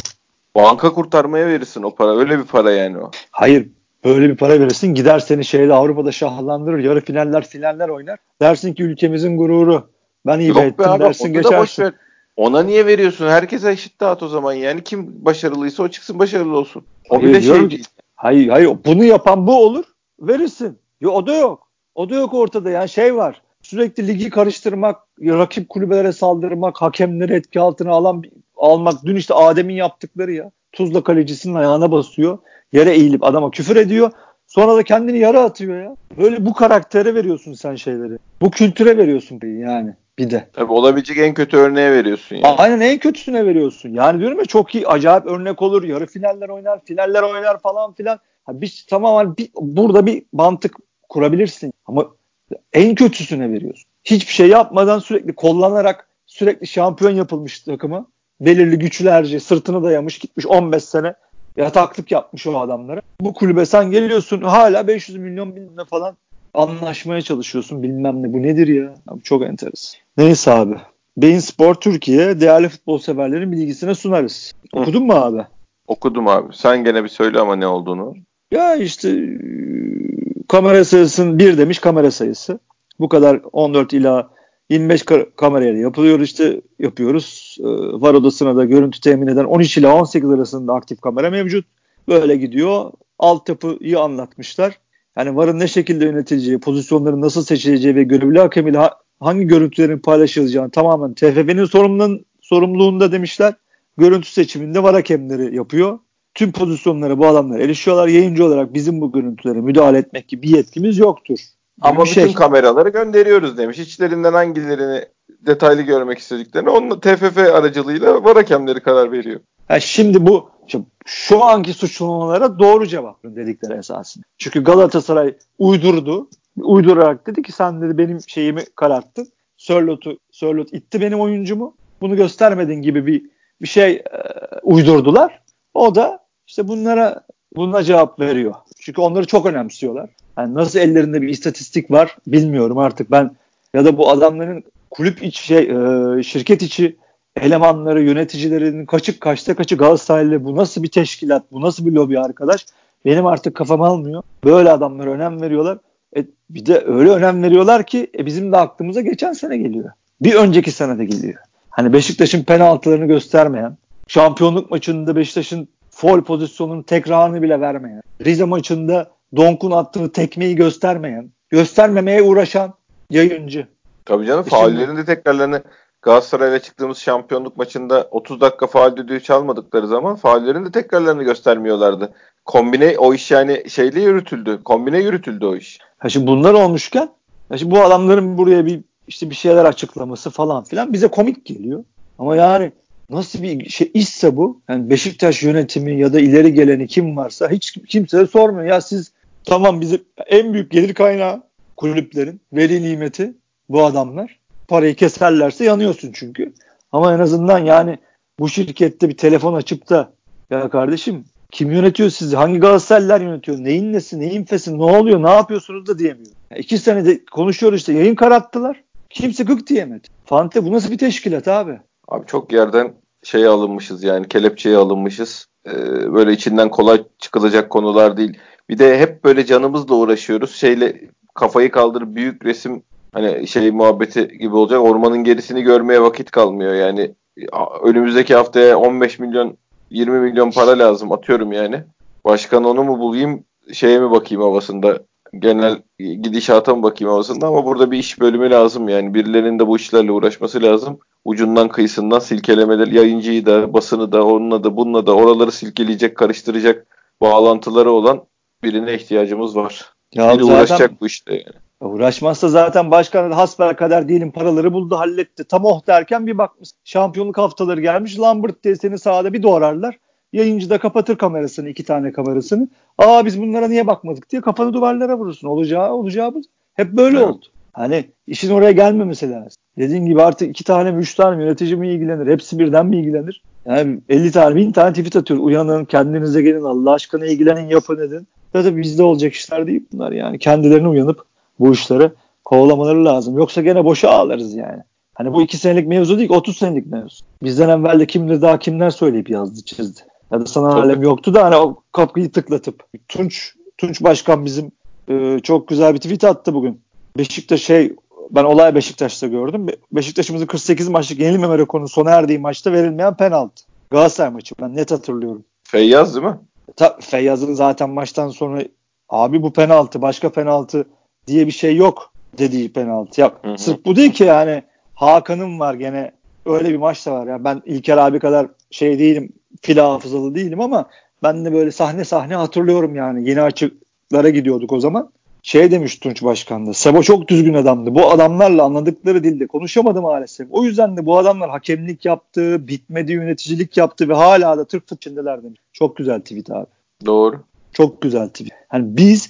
Banka kurtarmaya verirsin o para. Öyle bir para yani o. Hayır. Böyle bir para verirsin. Gider seni Avrupa'da şahlandırır. Yarı finaller oynar. Dersin ki ülkemizin gururu. Ben iyi ettim abi, dersin geçersin. Ona niye veriyorsun? Herkese eşit dağıt o zaman yani. Kim başarılıysa o çıksın başarılı olsun. O Hayır, bile değil. Hayır. Bunu yapan bu olur. Verirsin. O da yok. O da yok ortada. Yani var. Sürekli ligi karıştırmak, rakip kulübelere saldırmak, hakemleri etki altına almak. Dün işte Adem'in yaptıkları ya. Tuzla kalecisinin ayağına basıyor. Yere eğilip adama küfür ediyor. Sonra da kendini yara atıyor ya. Böyle bu karaktere veriyorsun sen şeyleri. Bu kültüre veriyorsun yani bir de. Tabii olabilecek en kötü örneğe veriyorsun yani. Aynen en kötüsüne veriyorsun. Yani diyorum ya çok iyi, acayip örnek olur. Yarı finaller oynar falan filan. Biz tamamen burada bir mantık kurabilirsin. Ama en kötüsüne veriyorsun. Hiçbir şey yapmadan sürekli kollanarak sürekli şampiyon yapılmış takımı. Belirli güçlerce sırtını dayamış gitmiş 15 sene yataklık yapmış o adamlara. Bu kulübe sen geliyorsun hala 500 milyon bilmem falan anlaşmaya çalışıyorsun bilmem ne. Bu nedir ya? Abi çok enteresan. Neyse abi. Bein Spor Türkiye değerli futbol severlerin bilgisine sunarız. Okudun mu abi? Okudum abi. Sen gene bir söyle ama ne olduğunu. Ya işte kamera sayısının 1 demiş kamera sayısı. Bu kadar 14 ila 25 kamerayla yapıyoruz. VAR odasına da görüntü temin eden 13 ila 18 arasında aktif kamera mevcut. Böyle gidiyor. Altyapıyı anlatmışlar. Yani VAR'ın ne şekilde yönetileceği, pozisyonların nasıl seçileceği ve görevli hakem ile hangi görüntülerin paylaşılacağını tamamen TFF'nin sorumluluğunda demişler. Görüntü seçiminde VAR hakemleri yapıyor. Tüm pozisyonlara bu adamlar erişiyorlar. Yayıncı olarak bizim bu görüntülere müdahale etmek gibi bir yetkimiz yoktur. Ama bütün kameraları gönderiyoruz demiş. İçlerinden hangilerini detaylı görmek istediklerini onun TFF aracılığıyla VAR hakemleri karar veriyor. Şimdi bu şu anki suçlamalara doğru cevap dedikleri esasında. Çünkü Galatasaray uydurarak dedi ki sen dedi benim şeyimi kararttın. Sörloth itti benim oyuncumu. Bunu göstermedin gibi bir şey uydurdular. O da işte bununla cevap veriyor. Çünkü onları çok önemsiyorlar. Yani nasıl ellerinde bir istatistik var bilmiyorum artık ben, ya da bu adamların kulüp içi şirket içi elemanları, yöneticilerinin kaçta kaçı Galatasaraylı, bu nasıl bir teşkilat, bu nasıl bir lobi arkadaş? Benim artık kafam almıyor. Böyle adamlara önem veriyorlar. Bir de öyle önem veriyorlar ki bizim de aklımıza geçen sene geliyor. Bir önceki sene de geliyor. Hani Beşiktaş'ın penaltılarını göstermeyen, şampiyonluk maçında Beşiktaş'ın faul pozisyonunun tekrarını bile vermeyen, Rize maçında Donk'un attığı tekmeyi göstermemeye uğraşan yayıncı. Tabii canım, faullerin de tekrarlarını Galatasaray'la çıktığımız şampiyonluk maçında 30 dakika faul düdüğü çalmadıkları zaman faullerin de tekrarlarını göstermiyorlardı. Kombine o iş yani şeyle yürütüldü. Kombine yürütüldü o iş. Şimdi bunlar olmuşken şimdi bu adamların buraya bir şeyler açıklaması falan filan bize komik geliyor. Ama yani nasıl bir işse bu. Yani Beşiktaş yönetimi ya da ileri geleni kim varsa hiç kimse de sormuyor. Ya siz tamam, bize en büyük gelir kaynağı kulüplerin veli nimeti bu adamlar. Parayı keserlerse yanıyorsun çünkü. Ama en azından yani bu şirkette bir telefon açıp da ya kardeşim kim yönetiyor sizi? Hangi Galatasaraylılar yönetiyor? Neyin nesi, neyin fesi, ne oluyor, ne yapıyorsunuz da diyemiyor. 2 senede konuşuyoruz işte, yayın kararttılar. Kimse gık diyemedi. Fante bu nasıl bir teşkilat abi? Abi çok yerden şeye alınmışız yani, kelepçeye alınmışız. Böyle içinden kolay çıkılacak konular değil. Bir de hep böyle canımızla uğraşıyoruz. Şeyle kafayı kaldır, büyük resim hani şey muhabbeti gibi olacak. Ormanın gerisini görmeye vakit kalmıyor yani. Önümüzdeki haftaya 15 milyon 20 milyon para lazım atıyorum yani. Başkan onu mu bulayım, şeye mi bakayım havasında, genel gidişata mı bakayım havasında, ama burada bir iş bölümü lazım yani. Birilerinin de bu işlerle uğraşması lazım. Ucundan kıyısından silkelemeler, yayıncıyı da basını da onunla da bununla da oraları silkeleyecek, karıştıracak bağlantıları olan birine ihtiyacımız var. Ya Biri zaten uğraşacak bu işte yani. uğraşmazsa zaten başkan hasbelkader değilim, paraları buldu, halletti. Tam oh derken bir bakmış şampiyonluk haftaları gelmiş. Lambert diye seni sahada bir doğrarlar. Yayıncı da kapatır kamerasını, 2 tane kamerasını. Biz bunlara niye bakmadık diye kafanı duvarlara vurursun. Olacağı bu. Hep böyle Evet. oldu. Hani işin oraya gelmemesi lazım. Dediğin gibi artık 2 tane mi 3 tane mi yönetici mi ilgilenir? Hepsi birden mi ilgilenir? Yani 50 tane 1000 tane tweet atıyor. Uyanın, kendinize gelin, Allah aşkına ilgilenin, yapın edin. Tabii bizde olacak işler değil bunlar yani. Kendilerini uyanıp bu işleri kovalamaları lazım. Yoksa gene boşa ağlarız yani. Hani bu 2 senelik mevzu değil, 30 senelik mevzu. Bizden evvel de kimdir daha kimler söyleyip yazdı çizdi. Ya da sana Tabii. alem yoktu da hani o kapıyı tıklatıp. Tunç Başkan bizim çok güzel bir tweet attı bugün. Beşiktaş ben olay Beşiktaş'ta gördüm. Beşiktaş'ımızın 48 maçlık yenilmeme rekorunun sona erdiği maçta verilmeyen penaltı. Galatasaray maçı, ben net hatırlıyorum. Feyyaz değil mi? Feyyaz'ın zaten maçtan sonra abi bu penaltı, başka penaltı diye bir şey yok dediği penaltı. Ya Hı hı. sırf bu değil ki yani, Hakan'ın var gene, öyle bir maç da var. Yani ben İlker abi kadar değilim, fil hafızalı değilim ama ben de böyle sahne hatırlıyorum yani. Yeni açıklara gidiyorduk o zaman. Demiş Tunç Başkan da, Sebo çok düzgün adamdı. Bu adamlarla anladıkları dilde konuşamadı maalesef. O yüzden de bu adamlar hakemlik yaptı, bitmedi yöneticilik yaptı ve hala da Türk futbolundalar demiş. Çok güzel tweet abi. Doğru. Çok güzel tweet. Yani biz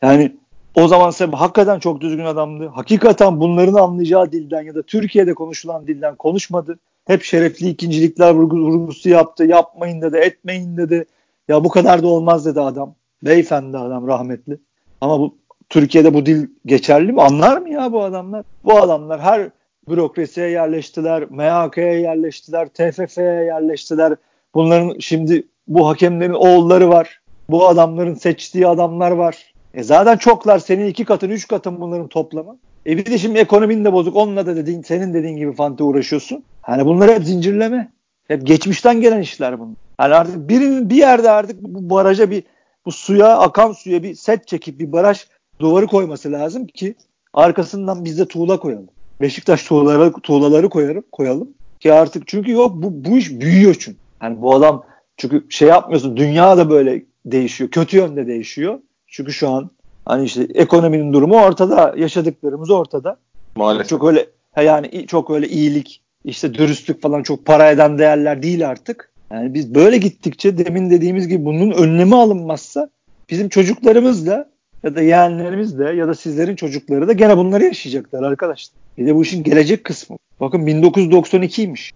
o zaman Sebo hakikaten çok düzgün adamdı. Hakikaten bunların anlayacağı dilden ya da Türkiye'de konuşulan dilden konuşmadı. Hep şerefli ikincilikler vurgusu yaptı. Yapmayın dedi, etmeyin dedi. Ya bu kadar da olmaz dedi adam. Beyefendi adam, rahmetli. Ama Türkiye'de bu dil geçerli mi? Anlar mı ya bu adamlar? Bu adamlar her bürokrasiye yerleştiler, MHK'ye yerleştiler, TFF'ye yerleştiler. Bunların şimdi bu hakemlerin oğulları var. Bu adamların seçtiği adamlar var. Zaten çoklar, senin 2 katın 3 katın bunların toplamı. Bir de şimdi ekonominin de bozuk. Onunla da senin dediğin gibi Fante uğraşıyorsun. Hani bunlar hep zincirleme. Hep geçmişten gelen işler bunlar. Hani artık bir yerde artık bu baraja bu akan suya bir set çekip bir baraj duvarı koyması lazım ki arkasından biz de tuğla koyalım. Beşiktaş tuğlaları koyalım ki artık, çünkü yok bu iş büyüyor çünkü. Yani bu adam, çünkü yapmıyorsun, dünya da böyle değişiyor. Kötü yönde değişiyor. Çünkü şu an hani ekonominin durumu ortada, yaşadıklarımız ortada. Maalesef. Çok öyle yani, çok öyle iyilik, dürüstlük falan çok para eden değerler değil artık. Yani biz böyle gittikçe, demin dediğimiz gibi, bunun önlemi alınmazsa bizim çocuklarımız da ya da yeğenlerimiz de ya da sizlerin çocukları da gene bunları yaşayacaklar arkadaşlar. Bir de bu işin gelecek kısmı. Bakın 1992'ymiş.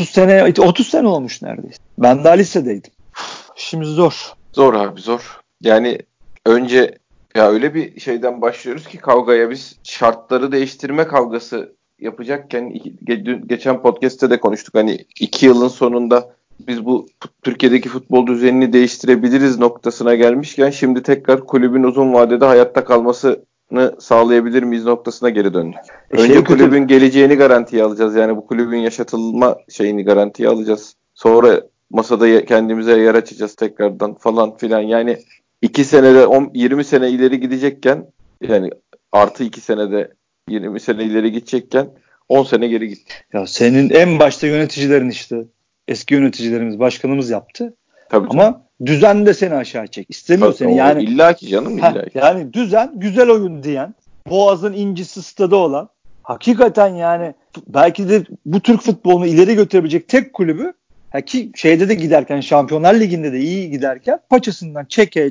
30 sene olmuş neredeyse. Ben daha lisedeydim. Şimdi zor. Zor abi, zor. Yani önce ya öyle bir şeyden başlıyoruz ki kavgaya, biz şartları değiştirme kavgası yapacakken geçen podcast'te de konuştuk. Hani 2 yılın sonunda biz bu Türkiye'deki futbol düzenini değiştirebiliriz noktasına gelmişken şimdi tekrar kulübün uzun vadede hayatta kalmasını sağlayabilir miyiz noktasına geri döndük. Önce kulübün geleceğini garantiye alacağız. Yani bu kulübün yaşatılma şeyini garantiye alacağız. Sonra masada kendimize yer açacağız tekrardan falan filan. Yani 2 senede 20 sene ileri gidecekken yani artı 2 senede 20 sene ileri gidecekken 10 sene geri gitti. Ya senin en başta yöneticilerin işte eski yöneticilerimiz, başkanımız yaptı. Tabii ama canım. Düzen de seni aşağı çek. İstemiyor seni. Yani illaki canım illaki. Yani düzen, güzel oyun diyen, Boğaz'ın incisi stadı olan, hakikaten yani belki de bu Türk futbolunu ileri götürebilecek tek kulübü ki şeyde de giderken Şampiyonlar Ligi'nde de iyi giderken paçasından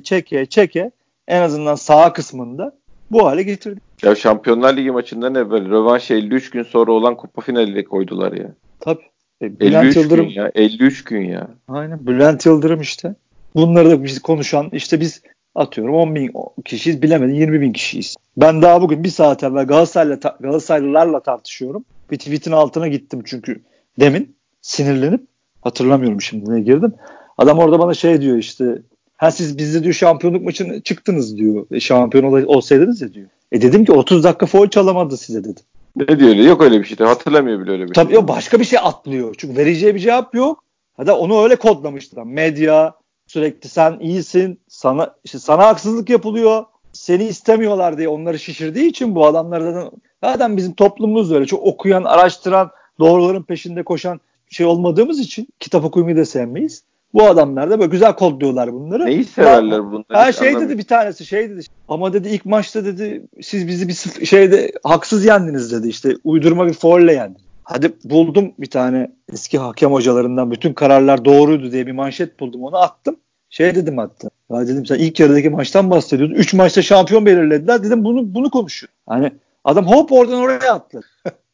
çeke en azından sağ kısmında bu hale getirdi. Ya Şampiyonlar Ligi maçında ne böyle rövanş 53 gün sonra olan kupa finaline koydular ya. Tabii. 53 Yıldırım, gün ya. 53 gün ya. Aynen. Bülent Yıldırım işte. Bunları da biz konuşan işte biz atıyorum 10 bin kişiyiz, bilemedin 20 bin kişiyiz. Ben daha bugün bir saat evvel Galatasaraylılarla tartışıyorum. Bir tweetin altına gittim çünkü demin sinirlenip hatırlamıyorum şimdi ne girdim. Adam orada bana şey diyor işte siz bizde diyor şampiyonluk maçına çıktınız diyor. Şampiyon olsaydınız ya diyor. Dedim ki 30 dakika faul çalamadı size dedim. Ne diyor öyle? Yok öyle bir şey. Hatırlamıyor bile öyle bir şey. Tabii yok başka bir şey atlıyor. Çünkü vereceği bir cevap yok. Hatta onu öyle kodlamıştır. Medya sürekli sen iyisin, sana haksızlık yapılıyor, seni istemiyorlar diye onları şişirdiği için bu adamlardan zaten bizim toplumumuz öyle çok okuyan, araştıran, doğruların peşinde koşan şey olmadığımız için kitap okumayı da sevmeyiz. Bu adamlar da böyle güzel kodluyorlar bunları. Neyi severler bunları? Her şey dedi bir tanesi dedi. Ama dedi ilk maçta dedi siz bizi bir şeyde haksız yendiniz dedi. İşte uydurma bir faulle yendiniz. Hadi buldum bir tane eski hakem hocalarından bütün kararlar doğruydu diye bir manşet buldum onu attım. Dedim hatta. Ya dedim sen ilk yarıdaki maçtan bahsediyordun. 3 maçta şampiyon belirlediler. Dedim bunu konuşuyor. Hani adam hop oradan oraya attı.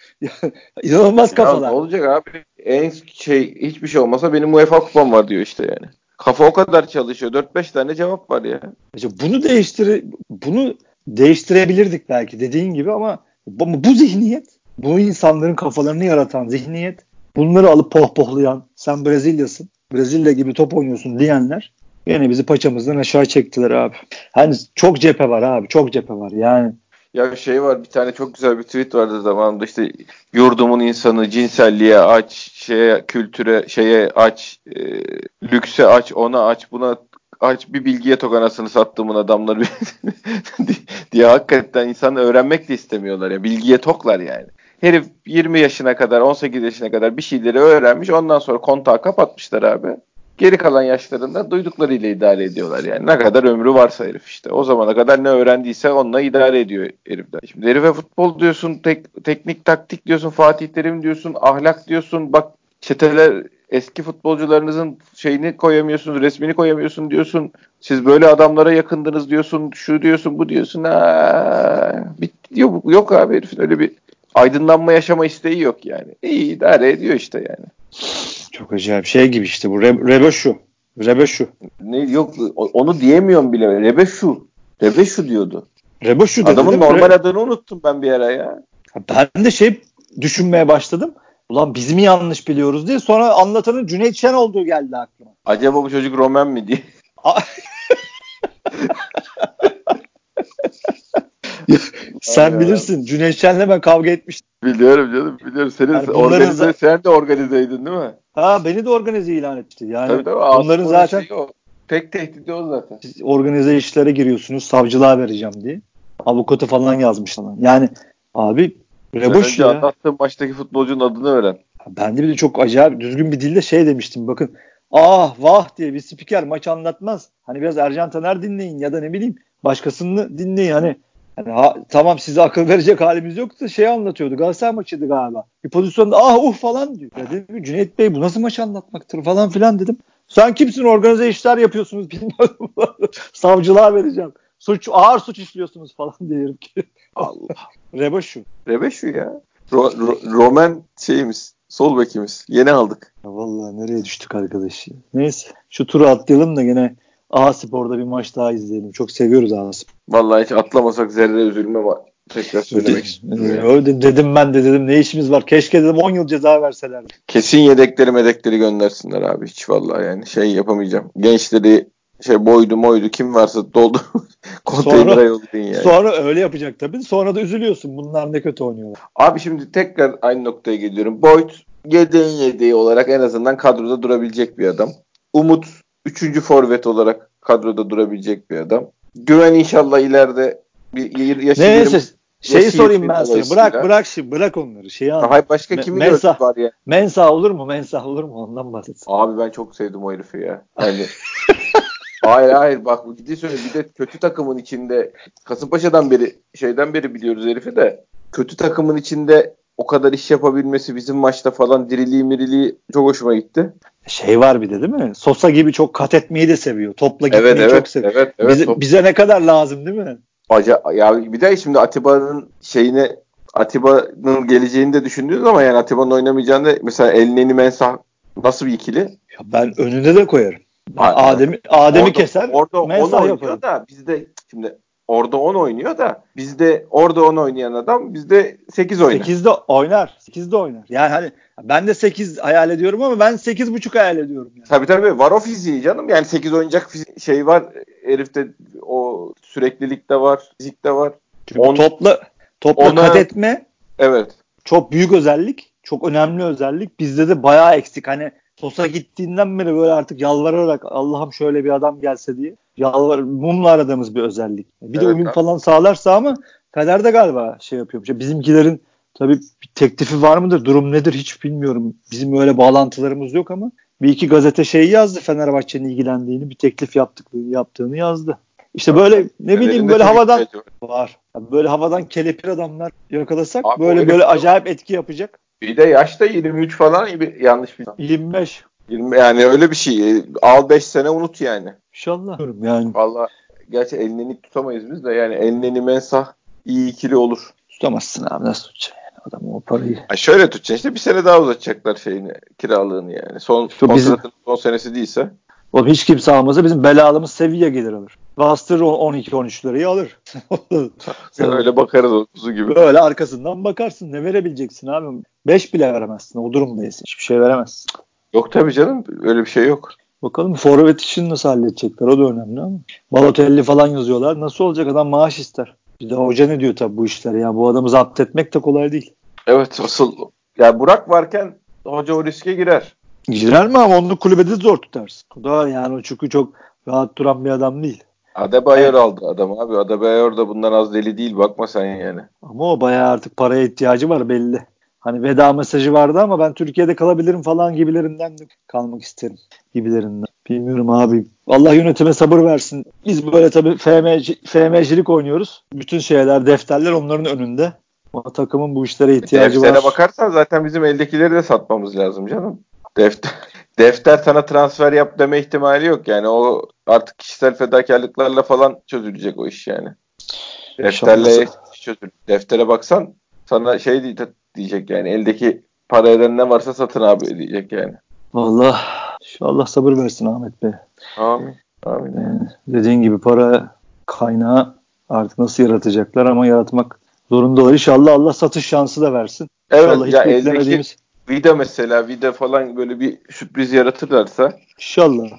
İnanılmaz kafalar. Ya ne olacak abi? Hiçbir şey olmasa benim UEFA kupam var diyor işte yani. Kafa o kadar çalışıyor. 4-5 tane cevap var ya. Bunu değiştirebilirdik belki dediğin gibi ama bu zihniyet, bu insanların kafalarını yaratan zihniyet, bunları alıp pohpohlayan, sen Brezilya'sın, Brezilya gibi top oynuyorsun diyenler yine bizi paçamızdan aşağı çektiler abi. Hani çok cephe var abi, çok cephe var yani. Ya var bir tane çok güzel bir tweet vardı zamanında işte yurdumun insanı cinselliğe aç, kültüre aç, lükse aç, ona aç, buna aç, bir bilgiye tok anasını sattığımın adamları diye hakikaten insan öğrenmek de istemiyorlar ya. Bilgiye toklar yani. Herif 20 yaşına kadar 18 yaşına kadar bir şeyleri öğrenmiş ondan sonra kontağı kapatmışlar abi. Geri kalan yaşlarında duyduklarıyla idare ediyorlar yani. Ne kadar ömrü varsa herif işte. O zamana kadar ne öğrendiyse onunla idare ediyor herifler. Şimdi herife futbol diyorsun, teknik taktik diyorsun, Fatih Terim diyorsun, ahlak diyorsun. Bak çeteler eski futbolcularınızın şeyini koyamıyorsun, resmini koyamıyorsun diyorsun. Siz böyle adamlara yakındınız diyorsun, şu diyorsun, bu diyorsun. Yok abi herifin öyle bir aydınlanma yaşama isteği yok yani. İyi idare ediyor işte yani. Çok acayip gibi işte bu Rebeşu. Ne yok onu diyemiyorum bile. Rebeşu diyordu. Rebeşu dedi. Adamın normal adını unuttum ben bir ara ya. Ben de düşünmeye başladım. Ulan biz mi yanlış biliyoruz diye. Sonra anlatanın Cüneyt Şen olduğu geldi aklıma. Acaba bu çocuk Roman mi diye. Sen bilirsin. Cüneyt Şen'le ben kavga etmiştim. Biliyorum canım. Sen de organizeydin değil mi? Beni de organize ilan etti. Yani tabii. Bunların zaten tek tehdidi o zaten. Siz organize işlere giriyorsunuz. Savcılığa vereceğim diye. Avukatı falan yazmışlar. Yani abi Önce anlattığım maçtaki futbolcunun adını öğren. Ben de bir de çok acayip düzgün bir dilde demiştim. Bakın vah diye bir spiker maç anlatmaz. Hani biraz Ercan Taner dinleyin ya da ne bileyim başkasını dinleyin. Hani tamam size akıl verecek halimiz yoktu da anlatıyordu. Galatasaray maçıydı galiba. Bir pozisyonda falan diyor. Ya dedim Cüneyt Bey bu nasıl maç anlatmaktır falan filan dedim. Sen kimsin organize işler yapıyorsunuz bilmiyorum. Savcılığa vereceğim. Ağır suç işliyorsunuz falan diyorum ki. Allah. Rebeşu ya. Roman sol bekimiz. Yeni aldık. Ya vallahi nereye düştük arkadaş ya. Neyse şu turu atlayalım da gene A Spor'da bir maç daha izleyelim. Çok seviyoruz A Spor. Vallahi hiç atlamasak zerre üzülme var. tekrar söylemek istiyorum. Öyle dedim ben de dedim ne işimiz var? Keşke dedim 10 yıl ceza verselerdi. Kesin yedekleri göndersinler abi. Hiç vallahi yani şey yapamayacağım. Gençleri boydu kim varsa doldu konteynere yollayın yani. Sonra öyle yapacak tabii. Sonra da üzülüyorsun. Bunlar ne kötü oynuyorlar. Abi şimdi tekrar aynı noktaya geliyorum. Boyd yedeği olarak en azından kadroda durabilecek bir adam. Umut 3. forvet olarak kadroda durabilecek bir adam. Güven inşallah ileride bir yaşı Neyse şeyi sorayım ben sana. dolayısıyla. Bırak onları. Şeyi anlat. Hayır, başka kimi gördük var ya. Mensah olur mu? Ondan bahsetsin. Abi ben çok sevdim o herifi ya. Yani hayır bak bu ciddi söylüyorum. Bir de kötü takımın içinde Kasımpaşa'dan beri biliyoruz herifi de. Kötü takımın içinde o kadar iş yapabilmesi bizim maçta falan diriliği çok hoşuma gitti. Şey var bir de değil mi? Sosa gibi çok kat etmeyi de seviyor. Topla gitmeyi çok seviyor. Evet, bize ne kadar lazım değil mi? Ya bir de şimdi Atiba'nın geleceğini de düşündüğünüz ama yani Atiba'nın oynamayacağını mesela Elneny Mensah nasıl bir ikili? Ya ben önüne de koyarım. Adem'i keser. Orada Mensah 10 yaparım. oynuyor da bizde şimdi orada 10 oynuyor da bizde orada 10 oynayan adam bizde 8 oynar. 8'de oynar. 8'de oynar. Yani hani ben de 8 hayal ediyorum ama ben 8.5 hayal ediyorum. Yani. Tabii var o fiziği canım. Yani 8 oynayacak şey var. Herifte o süreklilik de var. Fizik de var. Çünkü topla kat etme. Evet. Çok büyük özellik. Çok önemli özellik. Bizde de bayağı eksik. Hani Sosa gittiğinden beri böyle artık yalvararak Allah'ım şöyle bir adam gelse diye mumla aradığımız bir özellik. Bir de uyum falan sağlarsa ama Fener'de galiba şey yapıyormuş. Bizimkilerin tabii bir teklifi var mıdır? Durum nedir hiç bilmiyorum. Bizim öyle bağlantılarımız yok ama bir iki gazete şeyi yazdı Fenerbahçe'nin ilgilendiğini, bir teklif yaptığını yazdı. İşte böyle ne bileyim böyle havadan var. Böyle havadan kelepir adamlar yakalasak abi böyle acayip etki yapacak. Bir de yaşta 23 falan yanlış bir 25. 20 yani öyle bir şey. Al 5 sene unut yani. İnşallah. Yani. Vallahi gerçi Elneny tutamayız biz de yani Elneny Mensah iyi ikili olur. Tutamazsın abi nasıl tutacaksın yani adam o parayı. Şöyle tutacaksın işte bir sene daha uzatacaklar kiralığını yani. Kontratın son senesi değilse. Oğlum hiç kimse almasa bizim belalımız Sevilla gelir alır. Bastır 12-13 lirayı alır. Öyle bakarız o kuzu gibi. Böyle arkasından bakarsın. Ne verebileceksin abi? 5 bile veremezsin. O durumdayız. Hiçbir şey veremezsin. Yok tabii canım. Öyle bir şey yok. Bakalım forvet işini nasıl halledecekler? O da önemli ama. Balotelli falan yazıyorlar. Nasıl olacak? Adam maaş ister. Bir de hoca ne diyor tabii bu işlere? Ya bu adamı zapt etmek de kolay değil. Evet asıl. Ya Burak varken hoca o riske girer. Girer mi ama onu kulübede zor tutarsın. O da yani çünkü çok rahat duran bir adam değil. Adebayor aldı adam abi. Adebayor da bundan az deli değil. Bakma sen yani. Ama o bayağı artık paraya ihtiyacı var belli. Hani veda mesajı vardı ama ben Türkiye'de kalabilirim falan gibilerinden de kalmak isterim gibilerinden. Bilmiyorum abi. Allah yönetime sabır versin. Biz böyle tabii FM'cilik oynuyoruz. Bütün defterler onların önünde. O takımın bu işlere ihtiyacı var. Deftere bakarsan zaten bizim eldekileri de satmamız lazım canım. Defter sana transfer yap deme ihtimali yok. Yani o artık kişisel fedakarlıklarla falan çözülecek o iş yani. Defterle çözülür. Deftere baksan sana diyecek yani eldeki parayla ne varsa satın abi diyecek yani. Vallahi inşallah sabır versin Ahmet Bey. Amin. Dediğin gibi para kaynağı artık nasıl yaratacaklar ama yaratmak zorundalar. İnşallah Allah satış şansı da versin. Evet ya eldeki Vida falan böyle bir sürpriz yaratırlarsa İnşallah.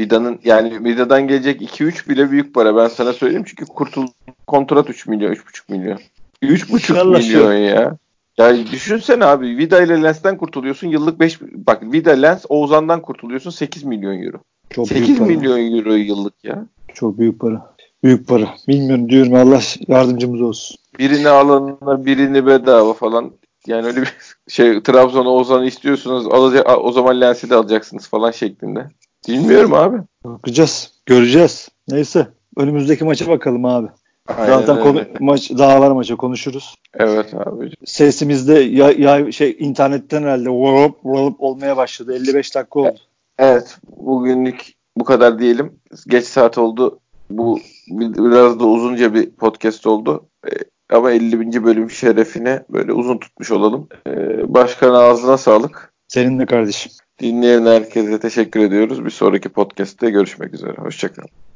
Vida'dan gelecek 2-3 bile büyük para. Ben sana söyleyeyim çünkü kontrat 3 milyon, 3,5 milyon. 3,5 milyon ya. Ya düşünsene abi Vida ile Lens'ten kurtuluyorsun yıllık 5 bak Vida Lens Oğuzhan'dan kurtuluyorsun 8 milyon euro. Çok 8 milyon euro yıllık ya. Çok büyük para. Büyük para. Bilmiyorum diyorum Allah yardımcımız olsun. Birini alana birini bedava falan. Yani öyle bir Trabzon'a Oğuzhan'ı istiyorsunuz o zaman Lens'i de alacaksınız falan şeklinde. Bilmiyorum abi. Bakacağız. Göreceğiz. Neyse. Önümüzdeki maça bakalım abi. Aynen zaten daha var maça konuşuruz. Evet abi. Sesimizde internetten herhalde vurup olmaya başladı. 55 dakika oldu. Evet. Bugünlük bu kadar diyelim. Geç saat oldu. Bu biraz da uzunca bir podcast oldu. Ama 50. bölüm şerefine böyle uzun tutmuş olalım. Başkan ağzına sağlık. Senin de kardeşim. Dinleyen herkese teşekkür ediyoruz. Bir sonraki podcast'te görüşmek üzere. Hoşçakalın.